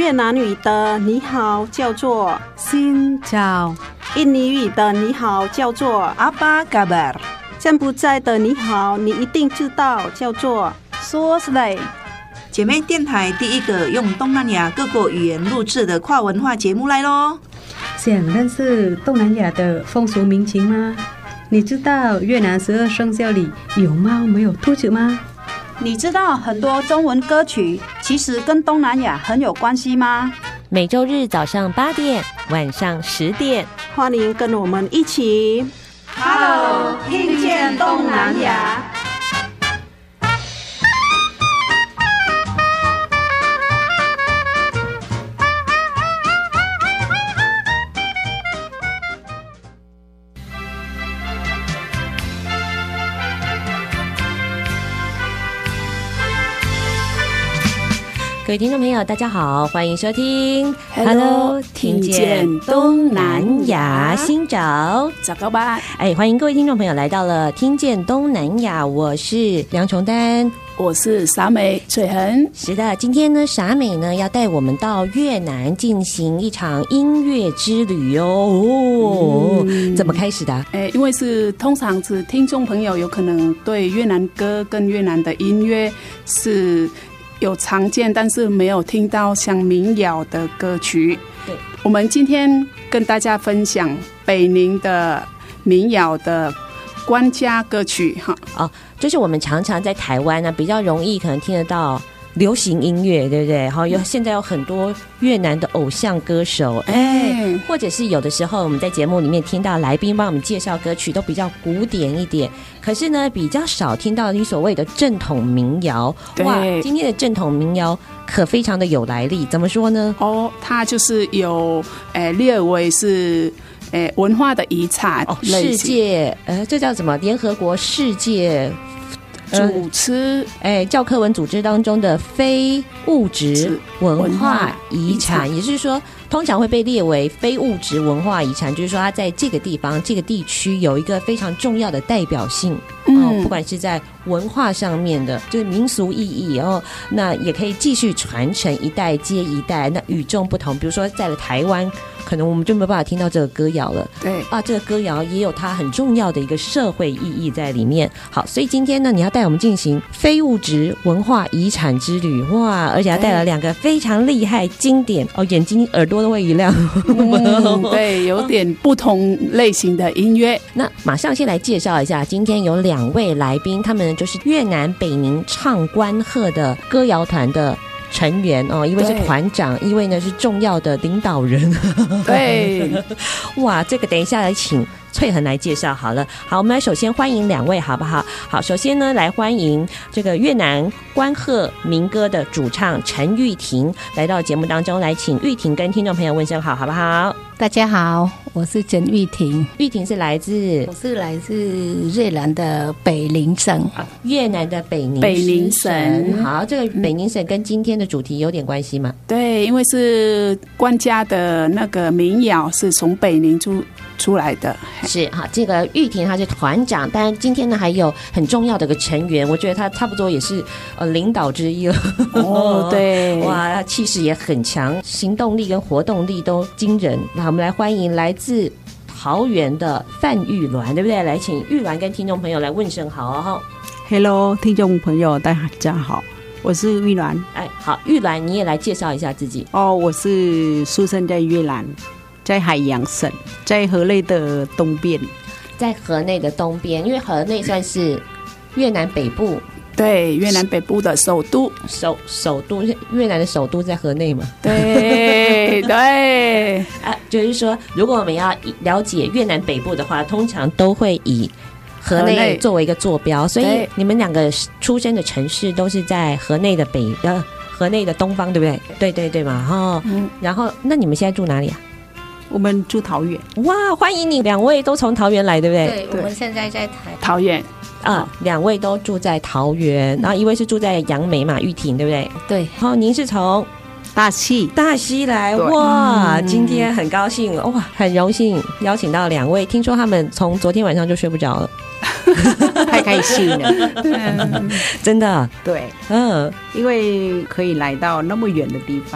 越南语的你好叫做 Xin chào， 印尼语的你好叫做 Apa kabar， 柬埔寨的你好你一定知道叫做 Sos lay。 姐妹电台第一个用东南亚各国语言录制的跨文化节目来咯。 想认识东南亚的风俗民情吗？你知道越南12生肖里有猫没有兔子吗？ 你知道很多中文歌曲其实跟东南亚很有关系吗？ 每周日早上8点，晚上10点， 欢迎跟我们一起 Hello， 听见东南亚。 各位听众朋友大家好，欢迎收听 Hello， 听见东南亚，新找早高吧。 欢迎各位听众朋友来到了听见东南亚，我是梁琼丹， 我是傻美翠恒。 是的，今天呢，傻美呢要带我们到越南进行一场音乐之旅哦。怎么开始的？ 因为通常是听众朋友有可能对越南歌跟越南的音乐是有常见，但是没有听到像民谣的歌曲。 对， 我们今天跟大家分享北宁的民谣的官家歌曲哈。 就是我们常常在台湾呢，比较容易可能听得到流行音乐，对不对？好，现在有很多越南的偶像歌手，或者是有的时候我们在节目里面听到来宾帮我们介绍歌曲，都比较古典一点。可是呢，比较少听到你所谓的正统民谣。哇，今天的正统民谣可非常的有来历，怎么说呢？ 它就是有列为是文化的遗产， 世界这叫什么？联合国世界主持教科文组织当中的非物质文化遗产，也就是说通常会被列为非物质文化遗产，就是说它在这个地方这个地区有一个非常重要的代表性，不管是在文化上面的就是民俗意义，那也可以继续传承一代接一代，那与众不同。比如说在了台湾，可能我们就没有办法听到这个歌谣了， 对这个歌谣也有它很重要的一个社会意义在里面。好，所以今天呢，你要带我们进行非物质文化遗产之旅，哇！而且还带了2个非常厉害经典眼睛耳朵都会一亮， 对，有点不同类型的音乐。 那马上先来介绍一下，今天有2位来宾，他们就是越南北宁唱关鹤的歌谣团的成员一位是团长，一位呢是重要的领导人。 对， 哇，这个等一下来请翠恒来介绍好了。好，我们来首先欢迎2位好不好？好，首先呢来欢迎这个越南关鹤民歌的主唱陈玉婷来到节目当中，来请玉婷跟听众朋友问声好，好不好？ 大家好，我是陈玉婷。 玉婷是来自？ 我是来自越南的北宁省。 越南的北宁省。好，这个北宁省跟今天的主题有点关系吗？ 对，因为是官家的那个民谣是从北宁出来的。 是哈，这个玉婷她是团长，但今天呢还有很重要的一个成员，我觉得她差不多也是领导之一了。 对， 哇，气势也很强，行动力跟活动力都惊人。那我们来欢迎来自桃园的范玉鸾，对不对？来请玉鸾跟听众朋友来问声好哦。 Hello， 听众朋友大家好，我是玉鸾。 好，玉鸾你也来介绍一下自己。 我是出生在越南，在海洋省，在河内的东边。 在河内的东边，因为河内算是越南北部。 对，越南北部的首都， 首都，越南的首都在河内嘛？ 对对就是说，如果我们要了解越南北部的话，通常都会以河内作为一个坐标，所以你们2个出生的城市都是在河内的河内的东方，对不对？对嘛，然后那你们现在住哪里啊？ 我们住桃园。 哇，欢迎你2位都从桃园来，对不对？ 对，我们现在在桃园。 2位都住在桃园，然后一位是住在杨梅嘛，玉婷，对不对？ 对。 然后您是从大溪来，哇，今天很高兴，哇，很荣幸邀请到2位，听说他们从昨天晚上就睡不着了。 太开心了。 真的。 对，因为可以来到那么远的地方，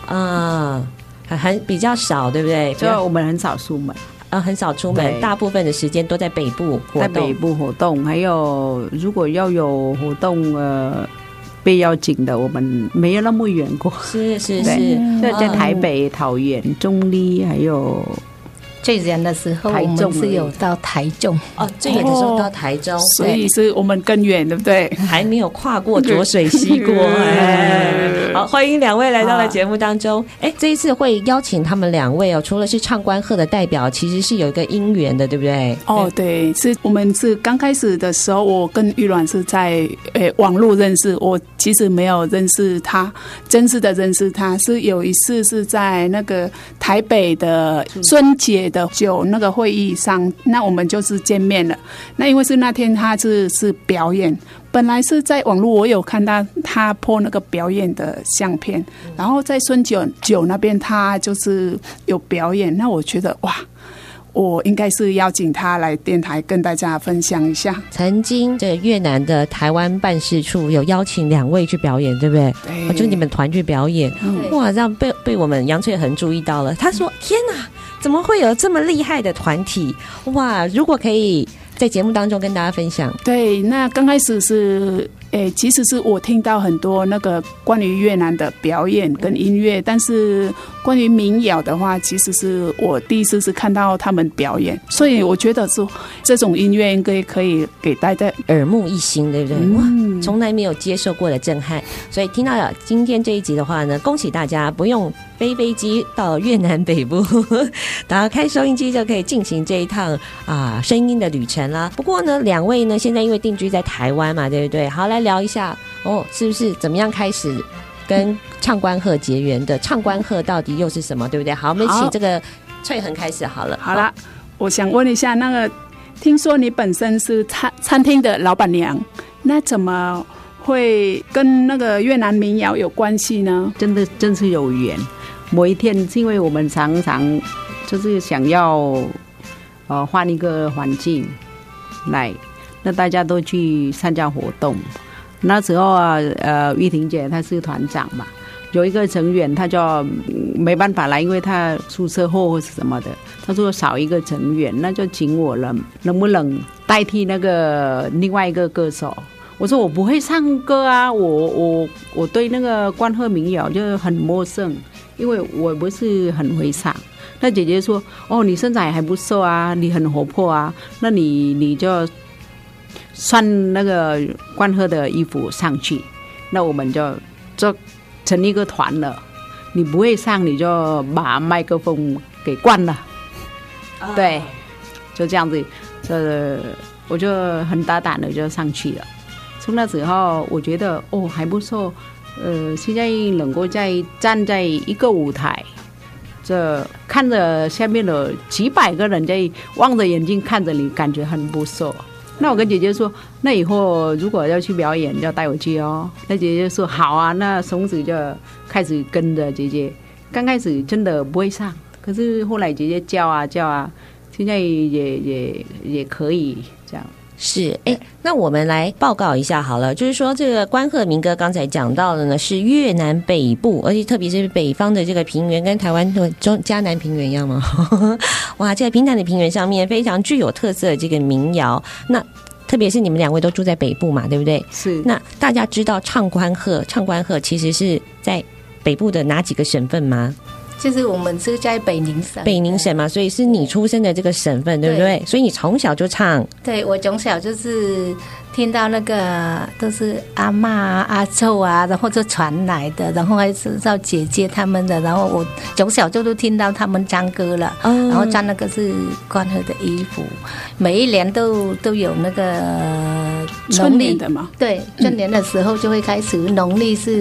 很比较少，对不对？ 就我们很少出门。 很少出门，大部分的时间都在北部活动。 在北部活动，还有如果要有活动被邀请的，我们没有那么远过。 是，就在台北、桃园、中坜，还有最远的时候我们是有到台中最远的时候到台中， 所以是我们更远，对不对？ 还没有跨过浊水溪过。好，欢迎两位来到了节目当中。这一次会邀请他们两位除了是唱关鹤的代表，其实是有一个姻缘的，对不对？ 对，是我们是刚开始的时候，我跟玉鸾是在网络认识，我其实没有认识他，真实的认识他是有一次是在那个台北的孙姐的酒那个会议上，那我们就是见面了。那因为是那天他是表演，本来是在网络我有看到他 po 那个表演的相片，然后在孙酒那边他就是有表演，那我觉得哇，我应该是邀请他来电台跟大家分享一下。 曾经这越南的台湾办事处有邀请两位去表演，对不对？ 对， 就你们团去表演，哇，这样被我们杨翠恒注意到了。他说：“天哪，怎么会有这么厉害的团体？哇！如果可以在节目当中跟大家分享。” 对，那刚开始是其实是我听到很多那个关于越南的表演跟音乐，但是关于民谣的话，其实是我第一次是看到他们表演，所以我觉得说这种音乐应该可以给大家耳目一新，对不对？哇，从来没有接受过的震撼。所以听到了今天这一集的话呢，恭喜大家不用飞飞机到越南北部，打开收音机就可以进行这一趟声音的旅程啦。不过呢，两位呢现在因为定居在台湾嘛，对不对？好，来聊一下是不是怎么样开始跟唱关鹤结缘的？唱关鹤到底又是什么，对不对？好，我们请这个翠恒开始好了。 好了，我想问一下，那个听说你本身是餐厅的老板娘，那怎么会跟那个越南民谣有关系呢？ 真是有缘。某一天，是因为我们常常就是想要换一个环境来，那大家都去参加活动。那时候玉婷姐她是团长嘛，有一个成员她就没办法来，因为她出车祸或是什么的，她说少一个成员，那就请我了，能不能代替那个另外一个歌手？我说我不会唱歌啊，我对那个关鹤民谣就很陌生，因为我不是很会唱。那姐姐说你身材还不错啊，你很活泼啊，那你就穿那个关鹤的衣服上去，那我们就成一个团了。你不会唱，你就把麦克风给关了。对，就这样子，我就很大胆的就上去了。从那时候我觉得还不错，现在能够站在一个舞台，这看着下面的几百个人在望着眼睛看着你，感觉很不错。那我跟姐姐说，那以后如果要去表演就要带我去哦。那姐姐说好啊，那从此就开始跟着姐姐。刚开始真的不会唱，可是后来姐姐叫啊，现在也可以这样。 是，那我们来报告一下好了，就是说这个关鹤民歌刚才讲到的呢，是越南北部，而且特别是北方的这个平原，跟台湾的嘉南平原一样吗？哇，这个平坦的平原上面非常具有特色的这个民谣。那特别是你们两位都住在北部嘛，对不对？ 是。 那大家知道唱关鹤其实是在北部的哪几个省份吗？ 就是我们是在北宁省嘛，所以是你出生的这个省份，对不对？所以你从小就唱。 对，我从小就是听到那个都是阿嬷阿祖啊，然后就传来的，然后还知道姐姐他们的，然后我从小就都听到他们唱歌了，然后唱那个是关鹤的衣服，每一年都有那个春年的嘛， 对，春年的时候就会开始，农历是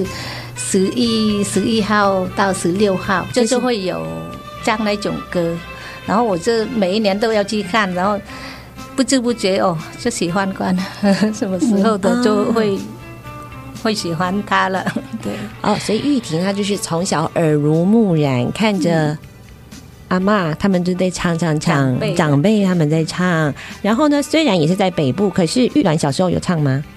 11号到16号，就是会有唱那种歌，然后我就每一年都要去看，然后不知不觉就喜欢关什么时候的就会喜欢他了。对所以玉婷她就是从小耳濡目染，看着阿嬷他们就在唱，长辈他们在唱。然后呢，虽然也是在北部，可是玉鸾小时候有唱吗？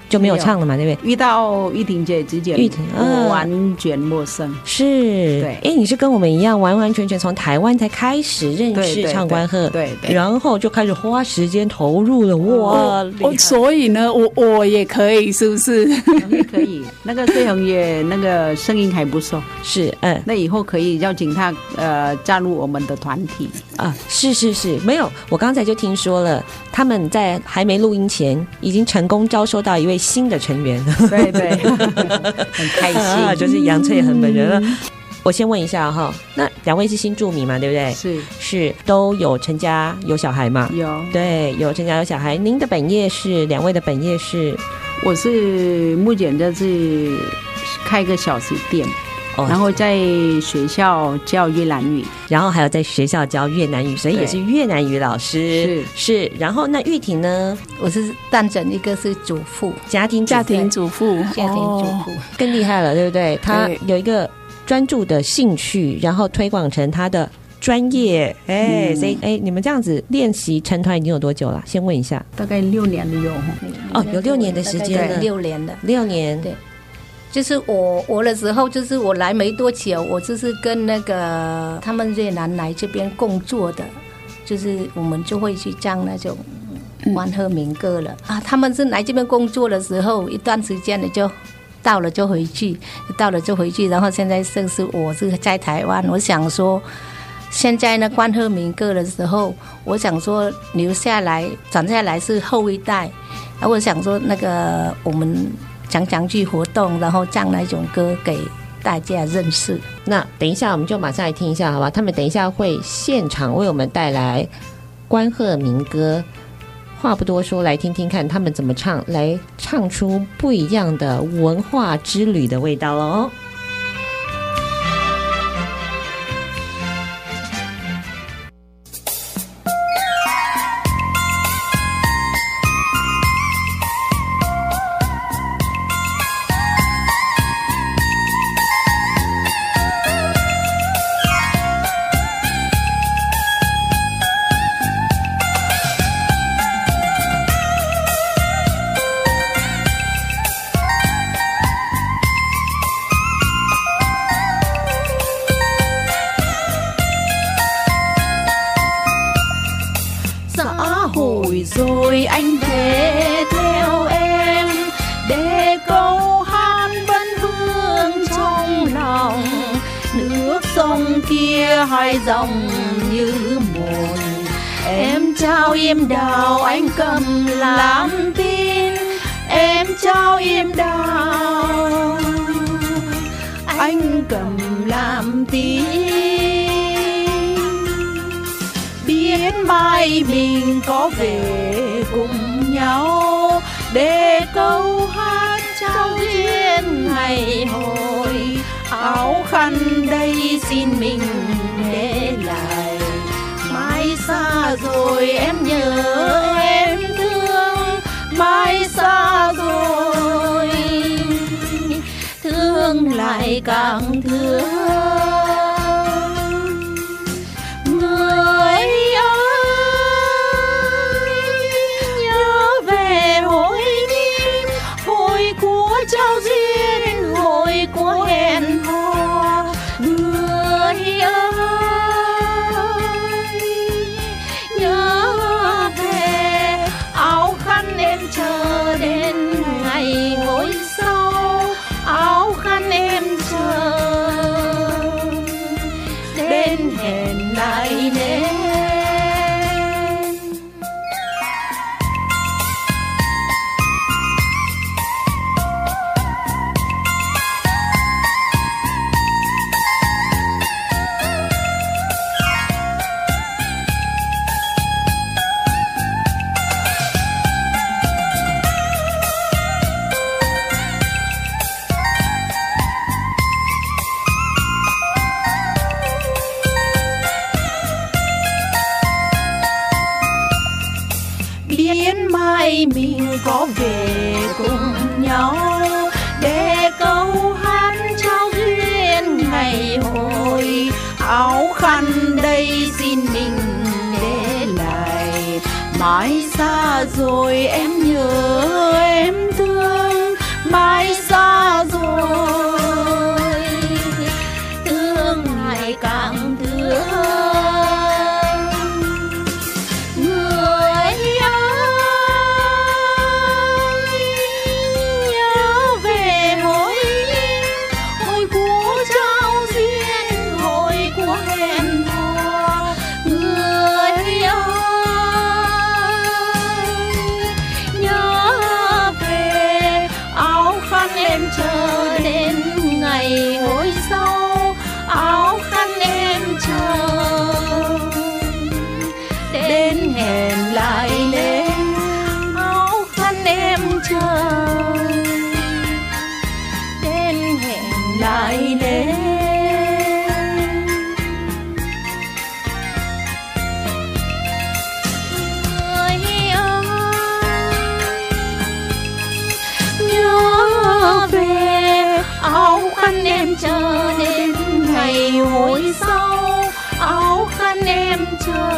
就没有唱了嘛，对不对？ 遇到玉婷姐之前，我完全陌生。 是， 对， 你是跟我们一样，完完全全从台湾才开始认识唱关鹤， 对， 然后就开始花时间投入了。哇， 所以呢，我也可以，是不是？ 也可以。那个穗恒也那个声音还不错， 是， 那以后可以邀请他加入我们的团体啊。是，没有，我刚才就听说了，他们在还没录音前已经成功招收到一位新的成员。 对，很开心， 就是杨翠恒本人了。我先问一下哈，那两位是新住民嘛，对不对？是，都有成家有小孩嘛？ 有， 对，有成家有小孩。您的本业是？两位的本业是？ 我是目前就是开个小食店。然后在学校教越南语， 然后还有在学校教越南语，所以也是越南语老师。是。然后那玉婷呢？ 我是担任一个是主妇， 家庭主妇， 更厉害了，对不对？她有一个专注的兴趣，然后推广成她的专业。所以你们这样子练习成团已经有多久了？先问一下。 大概6年了有。 有6年的时间了。 6年了。 6年。 对。就是我的时候，就是我来没多久，我就是跟那个他们越南来这边工作的，就是我们就会去唱那种关鹤民歌了啊。他们是来这边工作的时候，一段时间就到了就回去，然后现在正是我是在台湾，我想说，现在呢关鹤民歌的时候，我想说留下来传下来是后一代，然后我想说那个我们常去活动，然后唱那种歌给大家认识。 那等一下我们就马上来听一下好吧，他们等一下会现场为我们带来关鹤民歌。话不多说，来听听看他们怎么唱，来唱出不一样的文化之旅的味道咯。 Rồi anh về theo em để câu hát vẫn vương trong lòng. Nước sông kia hai dòng như một, em trao im đào anh cầm làm tin. Em trao im đào anh cầm làm tin. Biết mai mình có về cùng nhau để câu hát trao duyên ngày hội. Áo khăn đây xin mình để lại, mai xa rồi em nhớ em thương. Mai xa rồi thương lại càng thương. Trao duyên hồi của hẹn hò, người ơi nhớ về. Áo khăn em chờ đến ngày hôm sau, áo khăn em chờ đến hẹn lại đến. Mình có về cùng nhau để câu hát trao duyên ngày hội. Áo khăn đây xin mình để lại, mai xa rồi em nhớ em thương. chờ đến ngày hồi sau áo khăn em chờ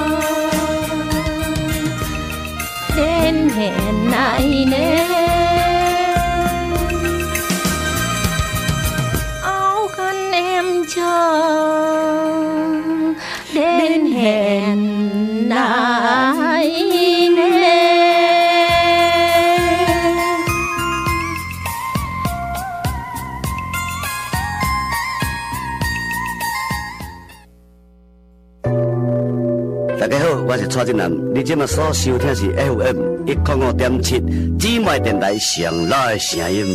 đến hẹn lại nè áo khăn em chờ đến hẹn lại nè. 大家好，我是蔡振南，你今麦所收听是 FM105.7姊妹电台上老的声音。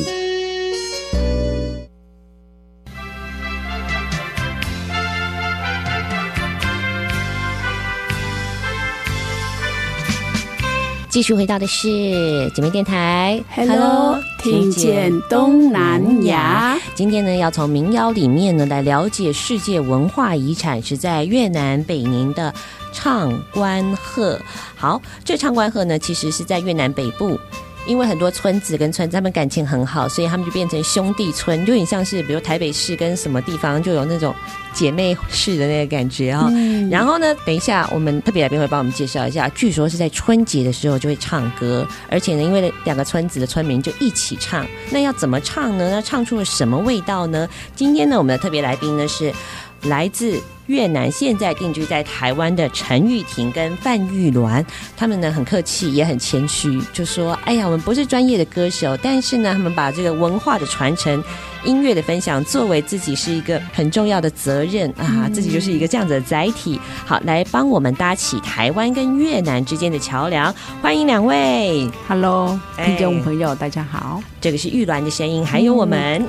继续回到的是姐妹电台 Hello， 听见东南亚。 今天呢，要从民谣里面呢来了解世界文化遗产是在越南北宁的唱关鹤。好，这唱关鹤呢，其实是在越南北部。因为很多村子跟村子他们感情很好，所以他们就变成兄弟村，就有点像是比如台北市跟什么地方就有那种姐妹市的那个感觉哈。然后呢，等一下我们特别来宾会帮我们介绍一下，据说是在春节的时候就会唱歌，而且呢，因为两个村子的村民就一起唱，那要怎么唱呢？那唱出了什么味道呢？今天呢，我们的特别来宾呢是来自越南现在定居在台湾的陈玉婷跟范玉鸾，他们呢很客气也很谦虚，就说哎呀我们不是专业的歌手，但是呢他们把这个文化的传承音乐的分享作为自己是一个很重要的责任啊，自己就是一个这样子的载体，好来帮我们搭起台湾跟越南之间的桥梁。欢迎两位。 Hello， 听众朋友大家好， 这个是玉鸾的声音，还有我们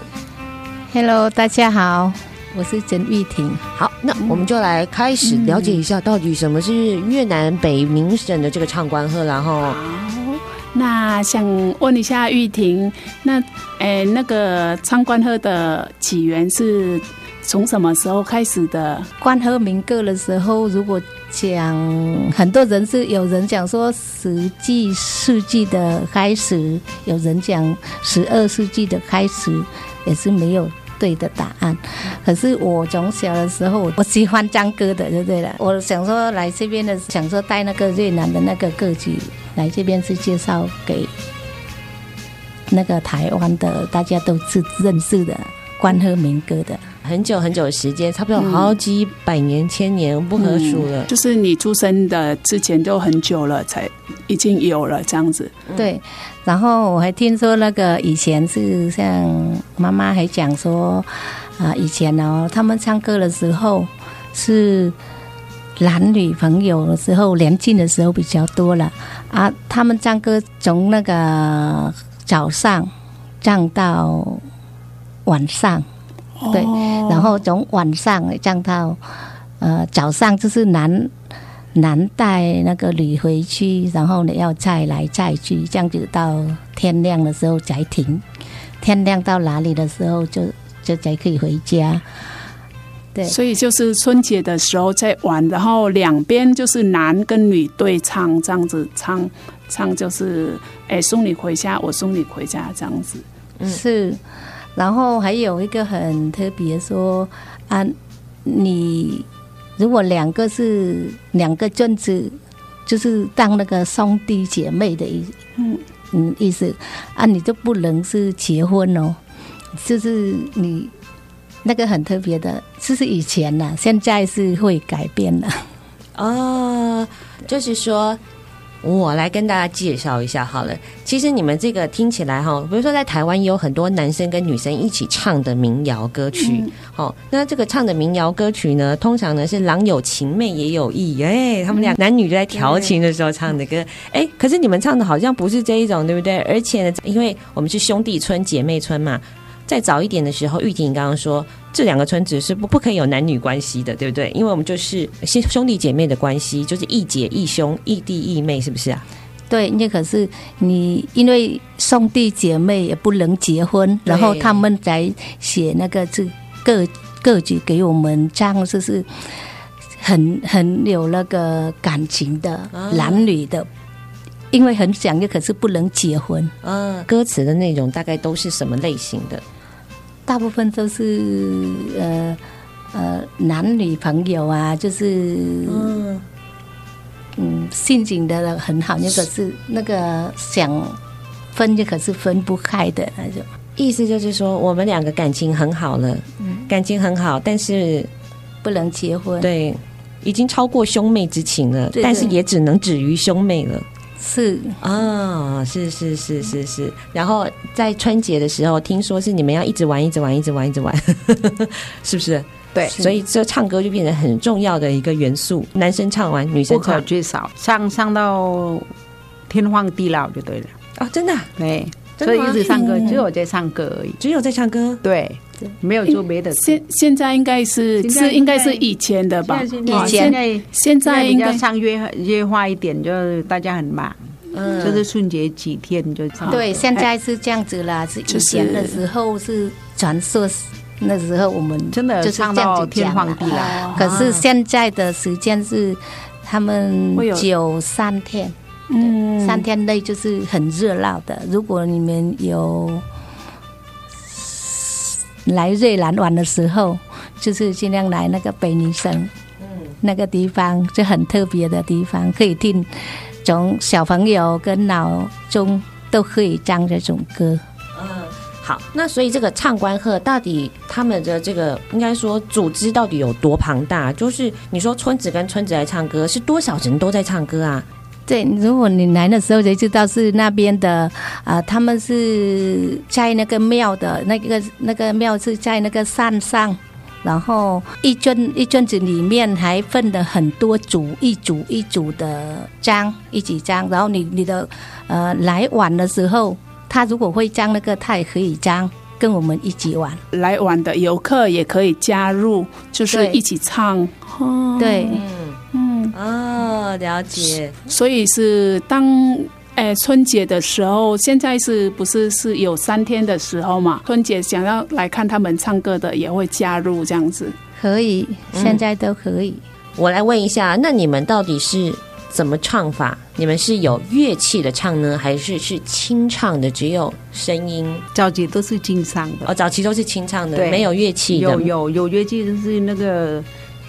Hello， 大家好，我是陈玉婷。 好，那我们就来开始了解一下到底什么是越南北宁省的这个唱关鹤，然后那想问一下玉婷，那个唱关鹤的起源是从什么时候开始的？ 关鹤民歌的时候，如果讲很多人是有人讲说10世纪的开始，有人讲12世纪的开始，也是没有对的答案。可是我从小的时候我喜欢唱歌的就对了，我想说来这边的想说带那个越南的那个歌曲来这边是介绍给那个台湾的大家都是认识的关鹤民歌的。 很久很久的时间，差不多好几百年千年不可数了， 就是你出生的之前就很久了才已经有了这样子。 对，然后我还听说那个以前是像妈妈还讲说以前哦他们唱歌的时候是男女朋友的时候年轻的时候比较多了啊，他们唱歌从那个早上唱到晚上，对，然后从晚上唱到早上，就是男带那个女回去，然后呢要再来再去，这样子到天亮的时候才停，天亮到哪里的时候就才可以回家。对， 所以就是春节的时候在玩，然后两边就是男跟女对唱，这样子唱就是送你回家，我送你回家这样子。 是。然后还有一个很特别说啊，你如果两个村子就是当那个兄弟姐妹的意思啊，你就不能是结婚哦，就是你那个很特别的，就是以前啦，现在是会改变了哦，就是说。我来跟大家介绍一下好了，其实你们这个听起来哈，比如说在台湾也有很多男生跟女生一起唱的民谣歌曲，那这个唱的民谣歌曲呢，通常呢是郎有情妹也有意，他们俩男女就在调情的时候唱的歌，可是你们唱的好像不是这一种，对不对？而且呢，因为我们是兄弟村姐妹村嘛，再早一点的时候，玉婷刚刚说这两个村子是不可以有男女关系的，对不对？因为我们就是兄弟姐妹的关系，就是义姐义兄义弟义妹，是不是啊？ 对，那可是你因为兄弟姐妹也不能结婚，然后他们才写那个字歌曲给我们唱，就是很有那个感情的男女的。因为很想要，可是不能结婚。 歌词的内容大概都是什么类型的？ 大部分都是男女朋友啊，就是性情的很好，那个是那个想分就可是分不开的那种。 意思就是说，我们两个感情很好了，感情很好，但是不能结婚。 对，已经超过兄妹之情了，但是也只能止于兄妹了。 是啊，是。然后在春节的时候，听说是你们要一直玩，是不是？ 对， 所以这唱歌就变成很重要的一个元素，男生唱完，女生唱， 不可缺少，唱到天荒地老就对了。 哦，真的？ 对，所以一直唱歌，只有在唱歌而已， 只有在唱歌。 对。没有做别的事。 现在应该是以前的吧？现在应该唱约化一点，就是大家很忙，就是春节几天就唱。 对，现在是这样子啦。是以前的时候是传说，那时候我们真的唱到天荒地老。 可是现在的时间是他们3天，3天内就是很热闹的。如果你们有来瑞兰玩的时候，就是尽量来那个北女生，那个地方就很特别的地方，可以听从小朋友跟老中都可以唱这种歌。 好，那所以这个唱关鹤到底他们的这个应该说组织到底有多庞大？就是你说村子跟村子来唱歌，是多少人都在唱歌啊？ 对，如果你来的时候才知道是那边的他们是在那个庙的那个庙是在那个山上，然后一尊子里面还分了很多组，一组的章，一起章，然后你的来玩的时候，他如果会章那个，他也可以章跟我们一起玩。 来玩的游客也可以加入，就是一起唱。 对。 了解。 所以是当春节的时候，现在是不是有3天的时候嘛？春节想要来看他们唱歌的也会加入这样子。 可以，现在都可以。 我来问一下，那你们到底是怎么唱法？你们是有乐器的唱呢，还是清唱的，只有声音？ 早期都是清唱的。 早期都是清唱的，没有乐器的。 有乐器，就是那个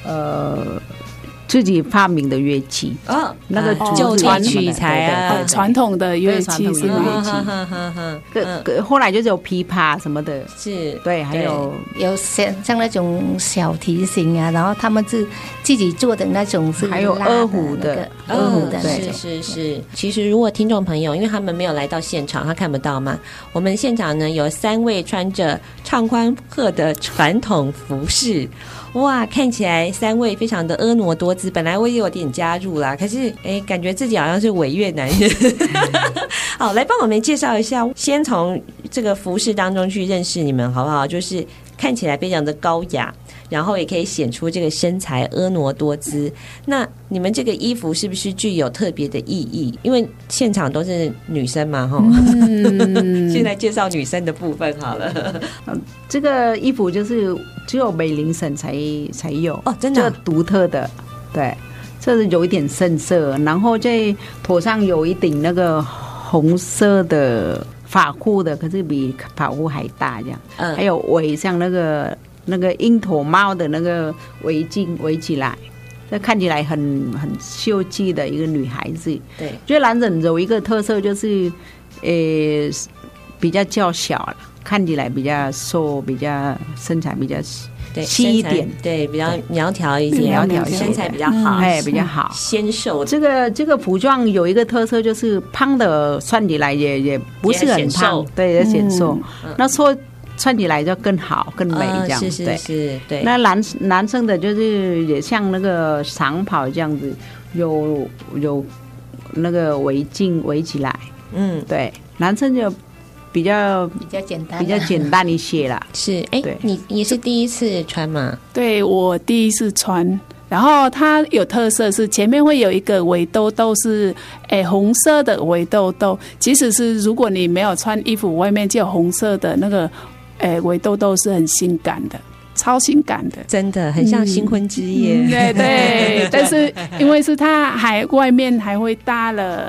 自己发明的乐器那个就地取材啊， 传统的乐器是乐器。 后来就是有琵琶什么的， 是对， 还有像那种小提琴啊，然后他们是自己做的那种，是还有二胡的， 是。其实如果听众朋友，因为他们没有来到现场，他看不到嘛。我们现场呢有3位穿着唱关鹤的传统服饰。哇，看起来3位非常的婀娜多姿，本来我也有点加入啦，可是感觉自己好像是伪越南人。好，来帮我们介绍一下，先从这个服饰当中去认识你们好不好？就是看起来非常的高雅，然后也可以显出这个身材婀娜多姿。那你们这个衣服是不是具有特别的意义？因为现场都是女生嘛，现在介绍女生的部分好了。 这个衣服就是只有美龄省才有真的， 这独特的，对，这是有一点深色，然后在头上有一顶那个红色的发箍的，可是比发箍还大这样，还有围像那个鹰头帽的那个围巾围起来，这看起来很秀气的一个女孩子。 对， 觉得男人有一个特色就是比较娇小了，看起来比较瘦，比较身材比较细一点， 对，比较苗条一点，身材比较好， 比较好， 纤瘦。 这个服装有一个特色，就是胖的穿起来也不是很胖，对，也显瘦。那说穿起来就更好更美这样， 是，对。 那男生的就是也像那个长袍这样子，有那个围巾围起来，对，男生就比较简单一些啦。 是，你是第一次穿吗？ 对，我第一次穿。然后它有特色是前面会有一个围兜兜，是红色的围兜兜。即使是如果你没有穿衣服，外面就有红色的那个围兜兜，是很性感的，超性感的， 真的很像新婚之夜。 对，但是因为是它外面还会搭了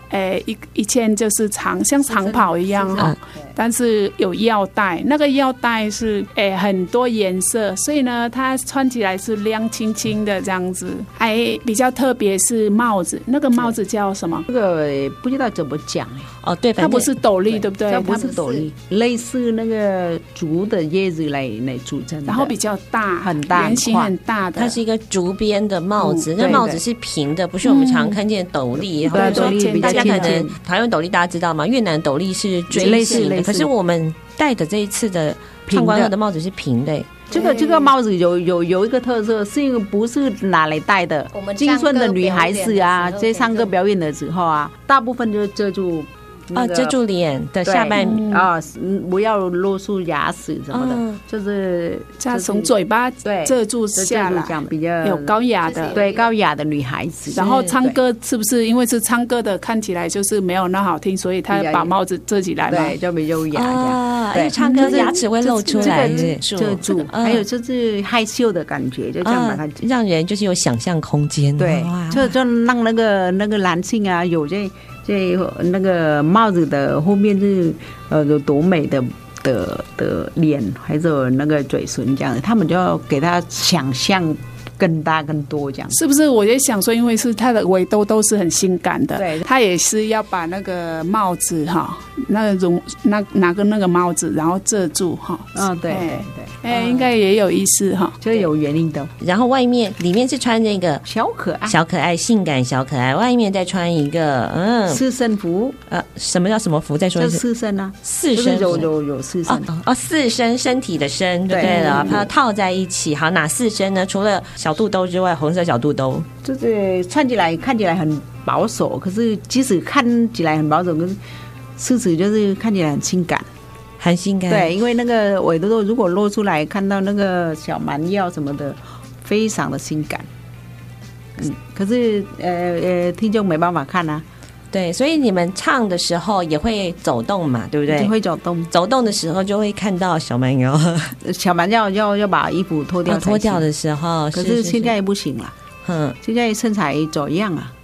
一件就是像长袍一样哈，但是有腰带，那个腰带是很多颜色，所以呢它穿起来是亮清清的这样子。比较特别是帽子，那个帽子叫什么？ 这个不知道怎么讲哦，对， 它不是斗笠，对不对？ 它不是斗笠，类似那个竹的叶子来组成的， 然后比较大， 很大， 圆形很大的。 它是一个竹编的帽子，那帽子是平的，不是我们常看见斗笠。 对，斗笠大家可能台湾斗笠大家知道吗？越南斗笠是锥形的，可是我们戴的这一次的唱官鹤的帽子是平的。 这个帽子有一个特色，是因为不是拿来戴的。金顺的女孩子啊，在唱歌表演的时候啊，大部分就遮住。 遮住脸的下半不要露出牙齿什么的，就是从嘴巴遮住下来， 比较有高雅的， 对，高雅的女孩子。 然后唱歌是不是因为是唱歌的，看起来就是没有那好听，所以她把帽子遮起来嘛， 对，就比较优雅。 对，唱歌牙齿会露出来， 遮住。还有就是害羞的感觉，就这样把它让人就是有想象空间。 对，就让那个男性啊有这那个帽子的后面是有多美的脸，还有那个嘴唇这样的，他们就要给他想象更大更多这样。 是不是？我也想说，因为是他的围兜都是很性感的， 对， 他也是要把那个帽子哈，拿个那个帽子，然后遮住哈。 对。 应该也有意思哈， 这有原因的。 然后里面是穿那个小可爱，性感小可爱，外面再穿一个四身服。 什么叫什么服？再说一次。 四身啊， 四身有四身四身身体的身，对了，把它套在一起。好，哪四身呢？除了小肚兜之外，红色小肚兜， 就是看起来很保守，可是即使看起来很保守，可是事实就是看起来很性感。 很性感， 对，因为那个尾兜如果露出来，看到那个小蛮腰什么的，非常的性感。可是听众没办法看啊。 对，所以你们唱的时候也会走动嘛，对不对？ 会走动， 走动的时候就会看到小蛮腰。 小蛮腰要把衣服脱掉， 脱掉的时候， 可是现在不行了。现在身材走样啊。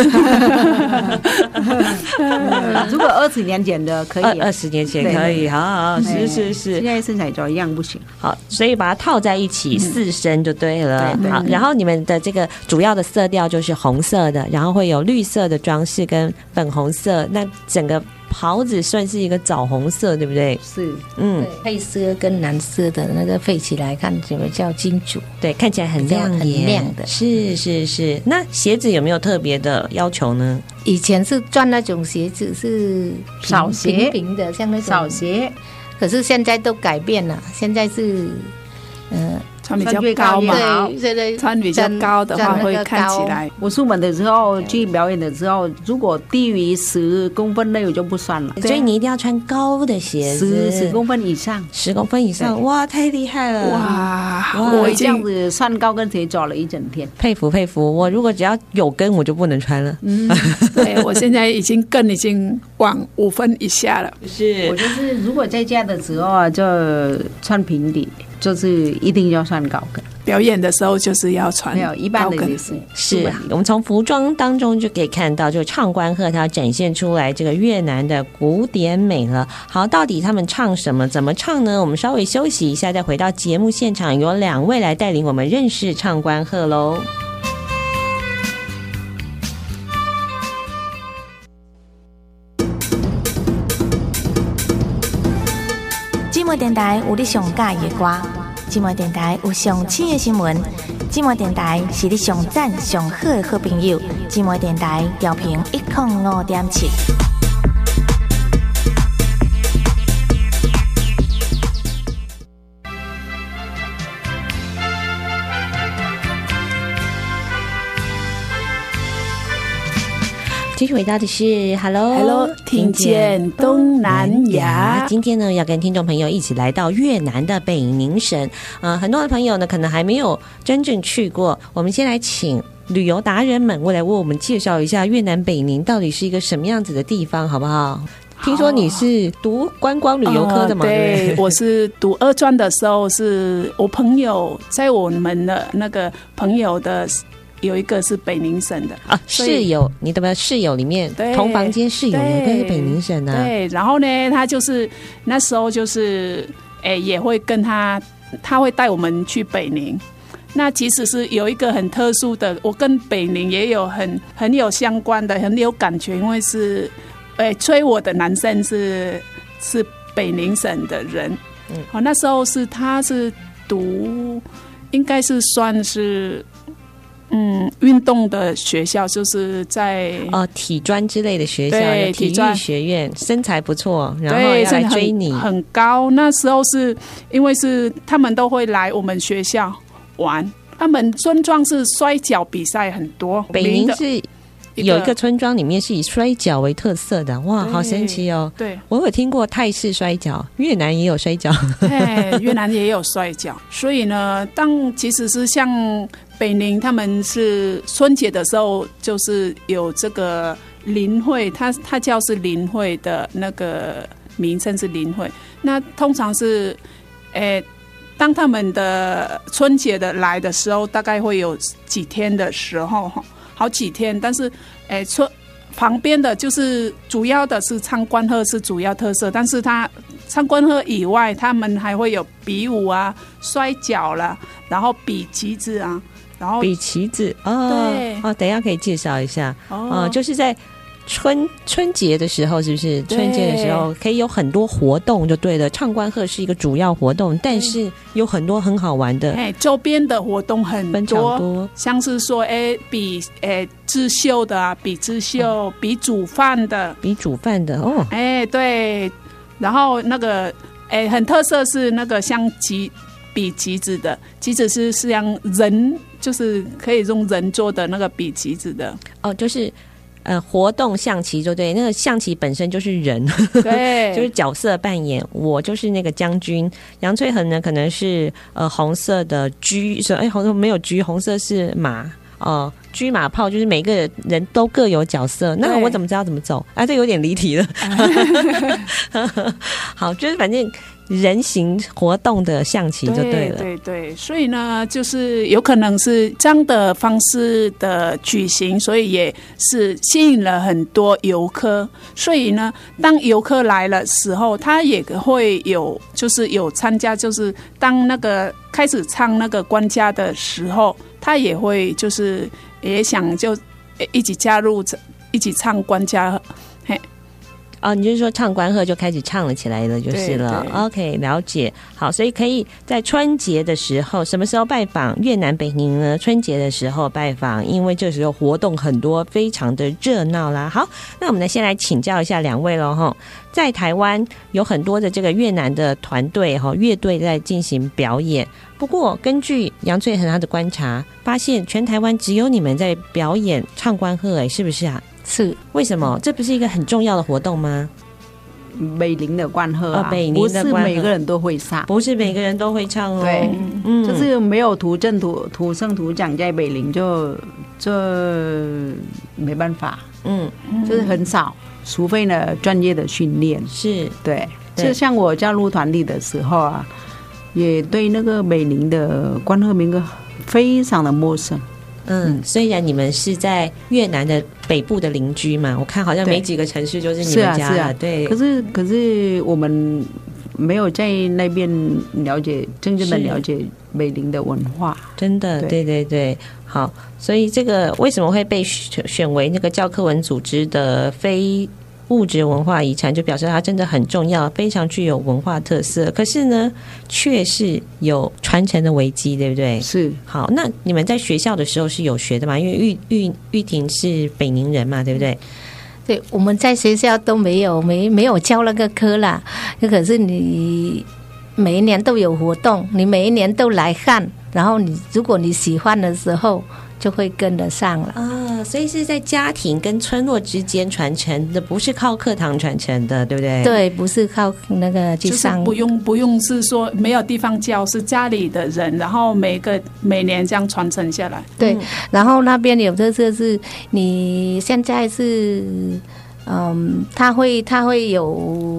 如果20年前的可以 ，20年前可以，好，是。 现在身材照样不行。 好，所以把它套在一起，四身就对了。好，然后你们的这个主要的色调就是红色的，然后会有绿色的装饰跟粉红色，那整个袍子算是一个枣红色，对不对？ 是， 配色跟蓝色的那个配起来看，怎么叫金主？ 对，看起来很亮眼， 很亮的。 是。那鞋子有没有特别的要求呢？ 以前是穿那种鞋子是扫鞋平的，像那种扫鞋， 可是现在都改变了，现在是穿比较高嘛， 对， 穿比较高的话会看起来。 我出门的时候去表演的时候，如果低于10公分内我就不算了， 所以你一定要穿高的鞋子 ，10公分以上 ，10公分以上，哇，太厉害了！ 哇， 我这样子穿高跟鞋走了一整天， 佩服。我如果只要有跟我就不能穿了。 对，我现在已经往5分以下了。 是，我就是如果在家的时候啊，就穿平底。就是一定要穿高跟， 表演的时候就是要穿没有一般的也是我们从服装当中就可以看到，就唱官鹤它展现出来这个越南的古典美了。好，到底他们唱什么，怎么唱呢？我们稍微休息一下，再回到节目现场，有2位来带领我们认识唱官鹤喽。 寂寞电台有你上喜欢的歌，寂寞电台有上新的新闻，寂寞电台是你上赞上好的好朋友。寂寞电台调频105.7。 继续回到的是 Hello 听见东南亚。 今天呢，要跟听众朋友一起来到越南的北宁省。很多的朋友呢，可能还没有真正去过。我们先来请旅游达人们为我们介绍一下越南北宁到底是一个什么样子的地方，好不好？听说你是读观光旅游科的嘛？ 对，我是读2专的时候，是我朋友在我们的那个朋友的有一个是北宁省的啊，室友，你的室友里面同房间室友有一个是北宁省的， 对，然后呢，他就是那时候就是也会跟他会带我们去北宁。那其实是有一个很特殊的，我跟北宁也有很有相关的，很有感觉，因为是催我的男生是北宁省的人。那时候他是读应该是算是运动的学校，就是在体专之类的学校， 对， 体育学院，身材不错，然后要来追你， 很高。那时候是因为是他们都会来我们学校玩，他们村庄是摔跤比赛很多。 北宁是有一个村庄里面是以摔跤为特色的，哇，好神奇哦！ 对， 我有听过泰式摔跤，越南也有摔跤， 越南也有摔跤。所以呢，其实是像北宁，他们是春节的时候，就是有这个林会，它叫是林会的那个名称是林会。那通常是，当他们的春节的来的时候，大概会有几天的时候，好几天。但是，旁边的就是主要的是唱关鹤是主要特色，但是它唱关鹤以外，他们还会有比武啊、摔跤啦，然后比旗子啊，然后比旗子对等一下可以介绍一下就是在春节的时候，是不是？春节的时候可以有很多活动，就对了。唱关鹤是一个主要活动，但是有很多很好玩的， 周边的活动很多，像是说，比织绣的啊，比织绣，比煮饭的哦， 对，然后那个很特色是那个像比棋子的，棋子是像人，就是可以用人做的那个比棋子的就是活动象棋，就对，那个象棋本身就是人，对，就是角色扮演。我就是那个将军，杨翠恒呢可能是红色的车，红色没有车，红色是马车马炮，就是每个人都各有角色。那我怎么知道怎么走啊？这有点离题了。好，就是反正人形活动的象棋就对了， 对，所以呢，就是有可能是这样的方式的举行，所以也是吸引了很多游客。所以呢，当游客来了时候，他也会有，就是有参加，就是当那个开始唱那个官家的时候，他也会就是也想就一起加入，一起唱官家。 你就是说唱关鹤就开始唱了起来了，就是了。OK， 了解。好，所以可以在春节的时候，什么时候拜访越南北宁呢？春节的时候拜访，因为这时候活动很多，非常的热闹啦。好，那我们先来请教一下两位咯齁。在台湾有很多的这个越南的团队乐队在进行表演，不过根据杨翠恒他的观察，发现全台湾只有你们在表演唱关鹤，是不是啊？ 是， 为什么？这不是一个很重要的活动吗？ 北宁的关鹤啊， 北宁的关鹤不是每个人都会唱， 不是每个人都会唱哦。 对，就是没有土生土长在北宁就没办法，就是很少，除非呢专业的训练。 是， 对，就像我加入团体的时候啊，也对那个北宁的关鹤民歌非常的陌生。 虽然你们是在越南的北部的邻居嘛，我看好像没几个城市就是你们家了，对。 可是我们没有在那边真正的了解北宁的文化， 真的，对。好，所以这个为什么会被选为那个教科文组织的非物质文化遗产，就表示它真的很重要，非常具有文化特色。可是呢，却是有传承的危机，对不对？ 是。 好，那你们在学校的时候是有学的吗？因为玉婷是北宁人嘛，对不对？ 对，我们在学校都没有教那个科啦。可是你每一年都有活动，你每一年都来看，然后如果你喜欢的时候，就会跟得上了啊，所以是在家庭跟村落之间传承的，不是靠课堂传承的，对不对？ 对，不是靠那个去上， 就是不用是说没有地方教，是家里的人，然后每年这样传承下来。 对，然后那边有特色是，你现在是，他会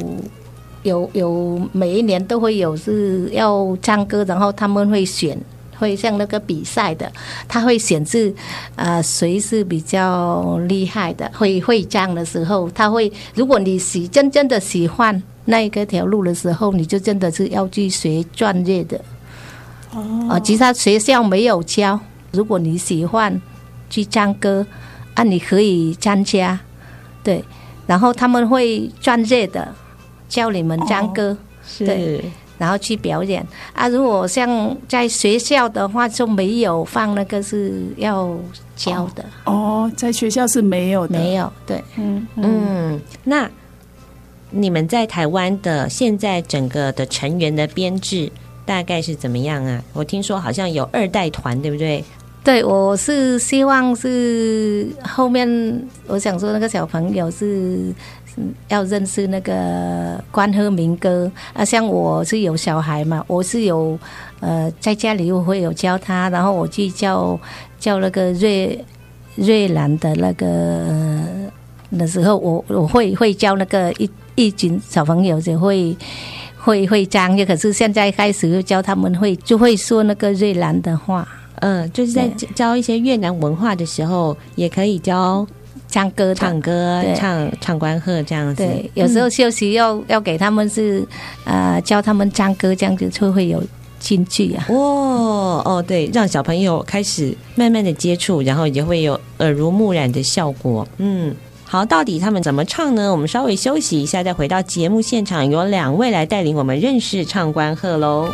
有每一年都会有是要唱歌，然后他们会选会像那个比赛的，他会显示谁是比较厉害的。会章的时候，他会，如果你真正的喜欢那一个条路的时候，你就真的是要去学专业的。其实他学校没有教，如果你喜欢去唱歌你可以参加，对，然后他们会专业的教你们唱歌，对。然后去表演如果像在学校的话就没有放那个是要教的在学校是没有的， 没有，对， 那你们在台湾的现在整个的成员的编制大概是怎么样啊？我听说好像有2代团，对不对？ 对，我是希望是后面我想说那个小朋友是要认识那个关河民歌像我是有小孩嘛，我是有在家里我会有教他，然后我去教那个瑞兰的那个的时候，我会教那个一群小朋友就会章，可是现在开始教他们就会说那个瑞兰的话。 就是在教一些越南文化的时候，也可以教唱歌、 唱关鹤这样子。 对，有时候休息要给他们是教他们唱歌，这样子就会有兴趣对，让小朋友开始慢慢的接触，然后也会有耳濡目染的效果。好，到底他们怎么唱呢？我们稍微休息一下，再回到节目现场，有2位来带领我们认识唱关鹤喽。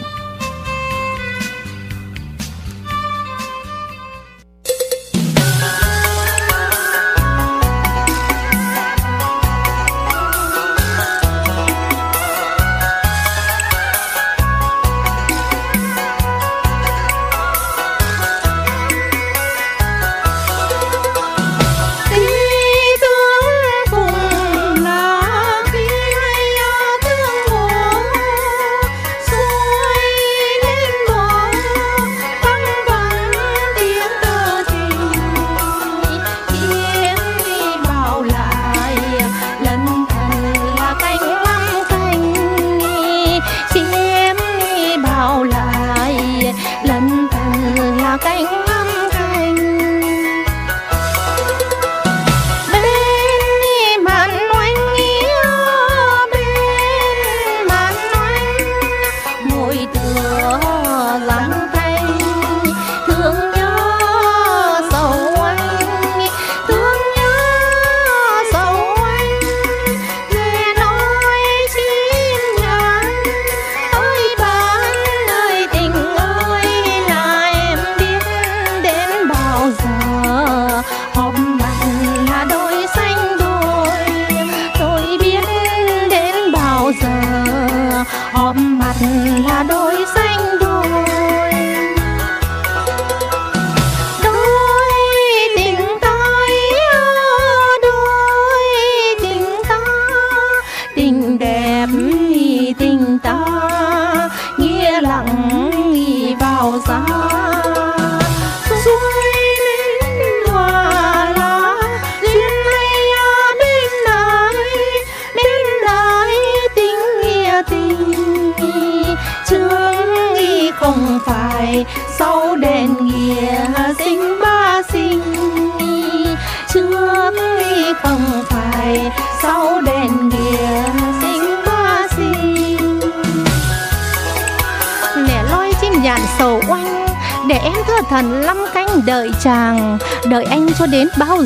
Để em thơ thần 5 canh đợi chàng, đợi anh cho đến bao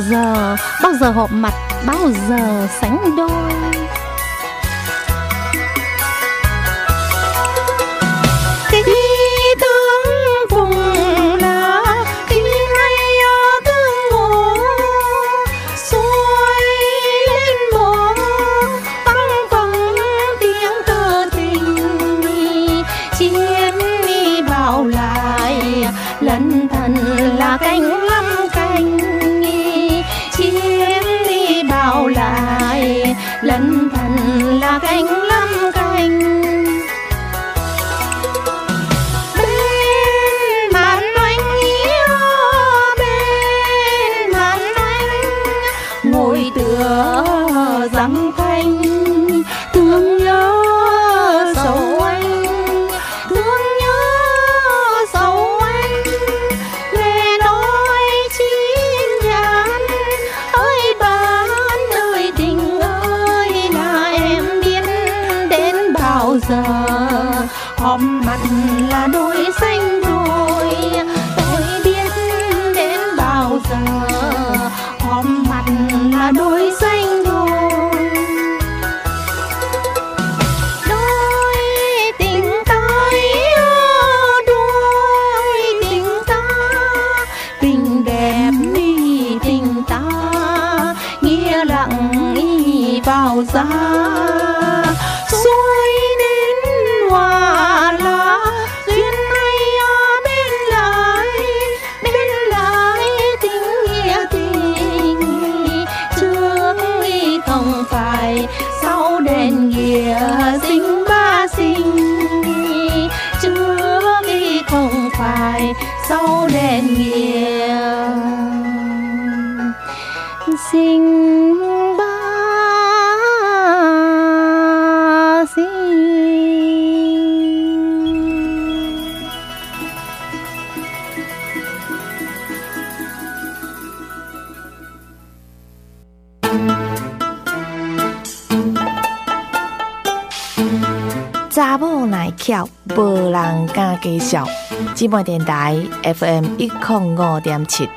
giờ họp mặt, bao giờ sánh đôi. Cái tương vùng là khi hay tương ngủ, xuôi lên mùa văng vẳng tiếng thơ tình, chim đi bảo lại lần thần là cánh 5 canh, chim đi bảo lại lần thần là cánh 5 canh. Bên màn oanh yêu, bên màn oanh ngồi tựa răng thanh, thương nhớ sầu anh, thương nhớ sầu anh. mặt là đôi xanh rồi, tôi biết đến bao giờ hòm mặt là đôi xanh rồi. Đôi tình ta, đôi tình ta, tình đẹp ni tình ta, nghĩa lặng y vào giá. Xuôi đến hoa lá duyên hay bên lại tình nghĩa tình, trước không phải sau đèn nghĩa sinh ba sinh, trước không phải sau đèn nghĩa sinh ba sinh. 查某耐巧，无人敢介绍。姊妹电台 FM 105.7。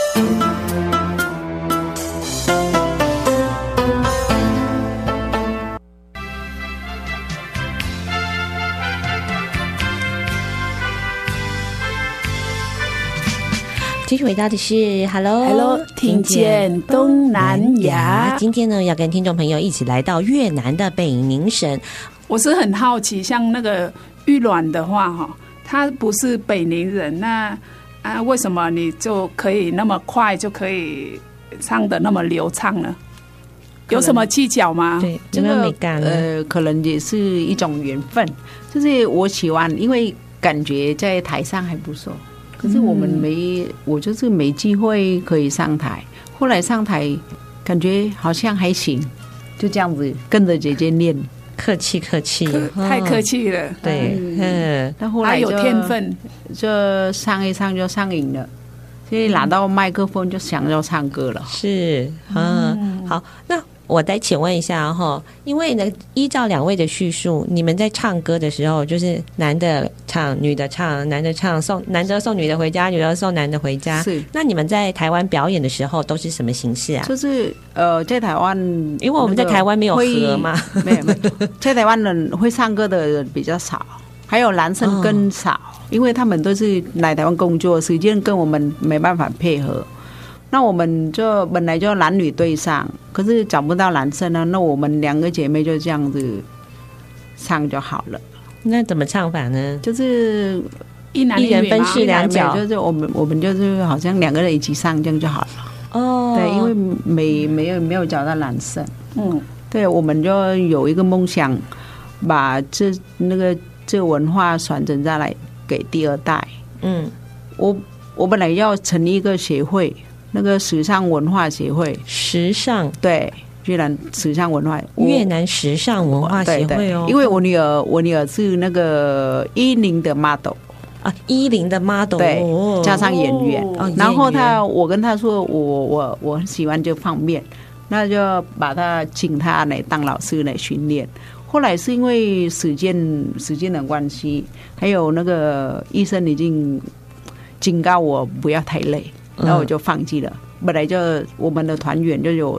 继续回到的是 Hello， 听见东南亚。 今天呢，要跟听众朋友一起来到越南的北宁省。 我是很好奇，像那个玉鸾的话，哈，他不是北宁人，那为什么你就可以那么快就可以唱得那么流畅呢？有什么技巧吗？ 对，有没有美感呢？ 可能也是一种缘分，就是我喜欢，因为感觉在台上还不错。可是我们我就是没机会可以上台。后来上台，感觉好像还行，就这样子跟着姐姐练。 客气， 太客气了。 对， 但后来有天分， 就上一唱就上瘾了，所以拿到麦克风就想要唱歌了。 是，好，那我再请问一下哈，因为呢，依照两位的叙述，你们在唱歌的时候，就是男的唱，女的唱，男的唱，男的送女的回家，女的送男的回家。 是。 那你们在台湾表演的时候都是什么形式啊？ 就是在台湾， 因为我们在台湾没有河嘛， 没有，在台湾人会唱歌的人比较少，还有男生更少，因为他们都是来台湾工作，时间跟我们没办法配合。那我们就本来就男女对上，可是找不到男生呢，那我们两个姐妹就这样子唱就好了。 那怎么唱法呢？ 就是一人分饰两角， 就是我们就是好像两个人一起上这样就好了。 哦， 对，因为没有找到男生。对，我们就有一个梦想，把这文化传承下来给第二代。我本来要成立一个协会。那个时尚文化协会， 时尚对越南时尚文化， 越南时尚文化协会哦。 因为我女儿是那个10的 model 啊，10的 model 对，加上演员。然后我跟她说，我很喜欢这方面，那就把她请她来当老师来训练。后来是因为时间的关系，还有那个医生已经警告我不要太累。然后我就放弃了。本来就我们的团员就有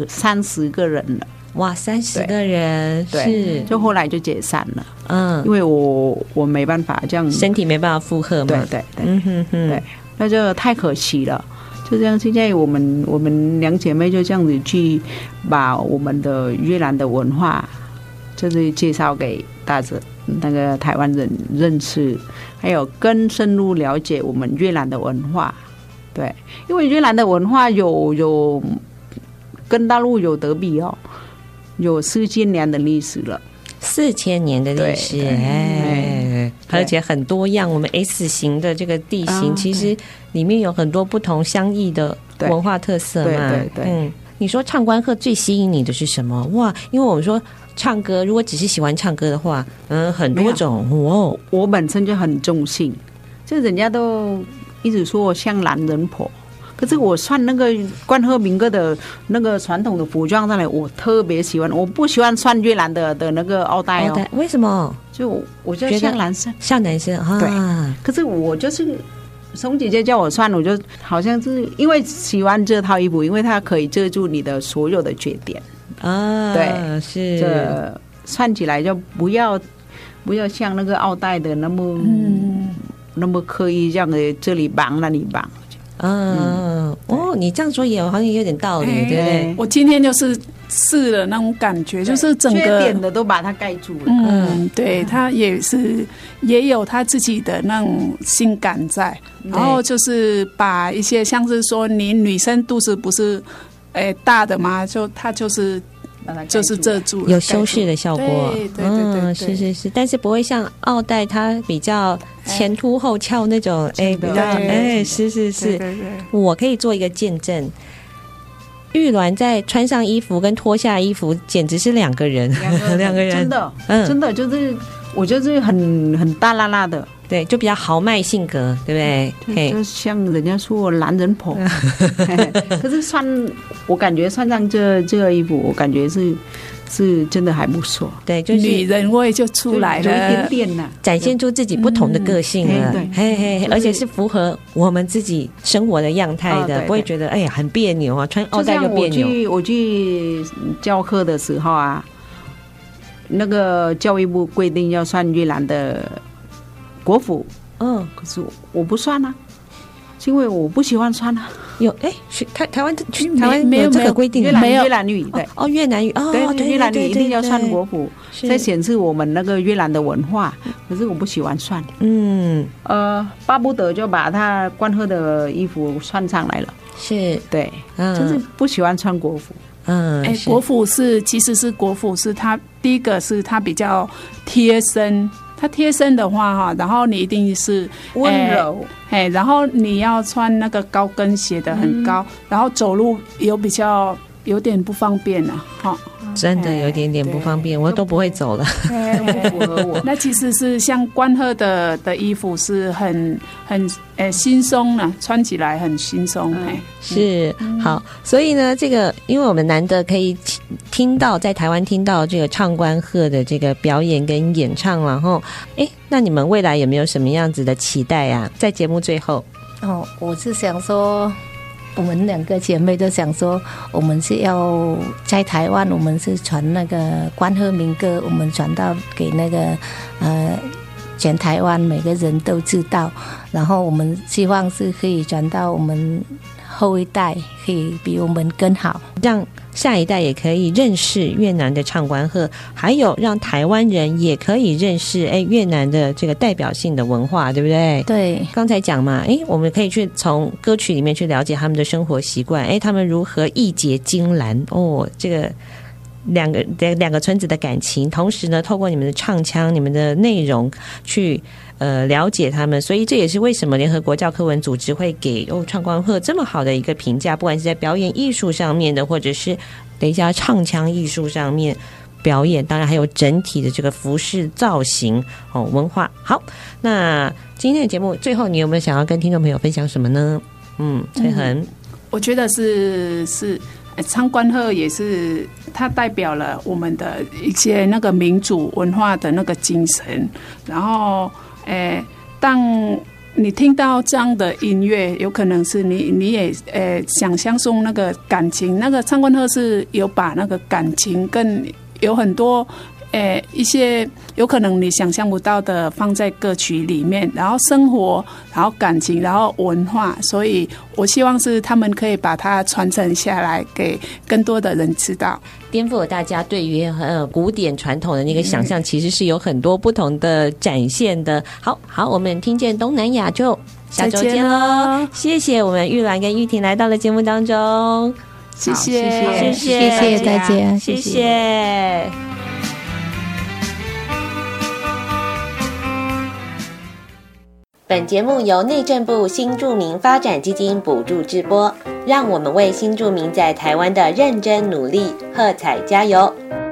30个人了。 哇，30个人， 是，就后来就解散了。因为我没办法这样， 身体没办法负荷嘛。 对，对，那就太可惜了。就这样，现在我们两姐妹就这样子去把我们的越南的文化，就是介绍给大家那个台湾人认识，还有更深入了解我们越南的文化。对，因为越南的文化有跟大陆有得比哦，有4000年的历史了 ，4000年的历史，而且很多样。我们 S 型的这个地形，其实里面有很多不同相异的文化特色嘛。 对， 你说唱关鹤最吸引你的是什么？哇，因为我们说唱歌，如果只是喜欢唱歌的话，很多种哦。我本身就很中性，就人家都一直说我像男人婆，可可是我穿那个关河民歌的那个传统的服装上来，我特别喜欢。我不喜欢穿越南的那个奥黛哦。 为什么？ 就我觉得像男生， 像男生啊。 对。可是我就是松姐姐叫我穿，我就好像是因为喜欢这套衣服，因为它可以遮住你的所有的缺点啊。 对， 是。 这穿起来就不要像那个奥黛的那么刻意，这样的这里绑那里绑。 你这样说也好像有点道理，对不对？ 我今天就是试了那种感觉，就是整个缺点的都把它盖住了。 对，它也有它自己的那种性感在，然后就是把一些像是说你女生肚子不是大的嘛，它就是遮住， 有修饰的效果。 对， 是，但是不会像奥黛它比较前凸后翘那种，比较是。我可以做一个见证，玉鸾在穿上衣服跟脱下衣服简直是两个人， 真的就是我就是很大辣辣的。 对，就比较豪迈性格，对不对？ 就像人家说男人婆。可是我感觉穿上这个衣服，我感觉是真的还不错。 对，就是女人味就出来了， 有一点点呐， 展现出自己不同的个性了。对，而且是符合我们自己生活的样态的，不会觉得很别扭啊，穿奥黛就别扭。 我去教课的时候啊，那个教育部规定要穿越南的国服，可是我不穿啊，是因为我不喜欢穿啊。 有台湾没有这个规定， 越南语对越南语对，越南语一定要穿国服，在显示我们那个越南的文化。可是我不喜欢穿，巴不得就把他关河的衣服穿上来了。 是， 对，就是不喜欢穿国服。 国服其实是国服是它第一个是它比较贴身。它贴身的话然后你一定是温柔， 然后你要穿那个高跟鞋的很高，然后走路有点不方便了， 真的有点不方便，我都不会走了。 不符合我。 那其实是像关河的衣服是很轻松的，穿起来很轻松。 是好，所以呢，这个因为我们难得可以听到在台湾听到这个唱关河的这个表演跟演唱，然后那你们未来有没有什么样子的期待啊？在节目最后， 我是想说。我们两个姐妹都想说，我们是要在台湾，我们是传那个关河民歌，我们传到给那个全台湾每个人都知道，然后我们希望是可以传到我们后一代，可以比我们更好， 让下一代也可以认识越南的唱关河，还有让台湾人也可以认识越南的这个代表性的文化，对不对？ 对， 刚才讲嘛，我们可以去从歌曲里面去了解他们的生活习惯，他们如何义结金兰这个两个村子的感情，同时呢，透过你们的唱腔、你们的内容去了解他们，所以这也是为什么联合国教科文组织会给唱关河这么好的一个评价，不管是在表演艺术上面的，或者是等一下唱腔艺术上面表演，当然还有整体的这个服饰造型文化。好，那今天的节目最后，你有没有想要跟听众朋友分享什么呢？翠恒， 我觉得是唱关河也是它代表了我们的一些那个民主文化的那个精神，然后当你听到这样的音乐，有可能是你也想象中那个感情，那个唱关河是有把那个感情更有很多一些有可能你想象不到的放在歌曲里面，然后生活，然后感情，然后文化，所以我希望是他们可以把它传承下来，给更多的人知道， 颠覆了大家对于古典传统的那个想象，其实是有很多不同的展现的。好，我们听见东南亚就下周见喽！谢谢我们玉鸾跟玉婷来到了节目当中， 谢谢大家， 谢谢。本节目由内政部新住民发展基金补助直播，让我们为新住民在台湾的认真努力喝彩加油。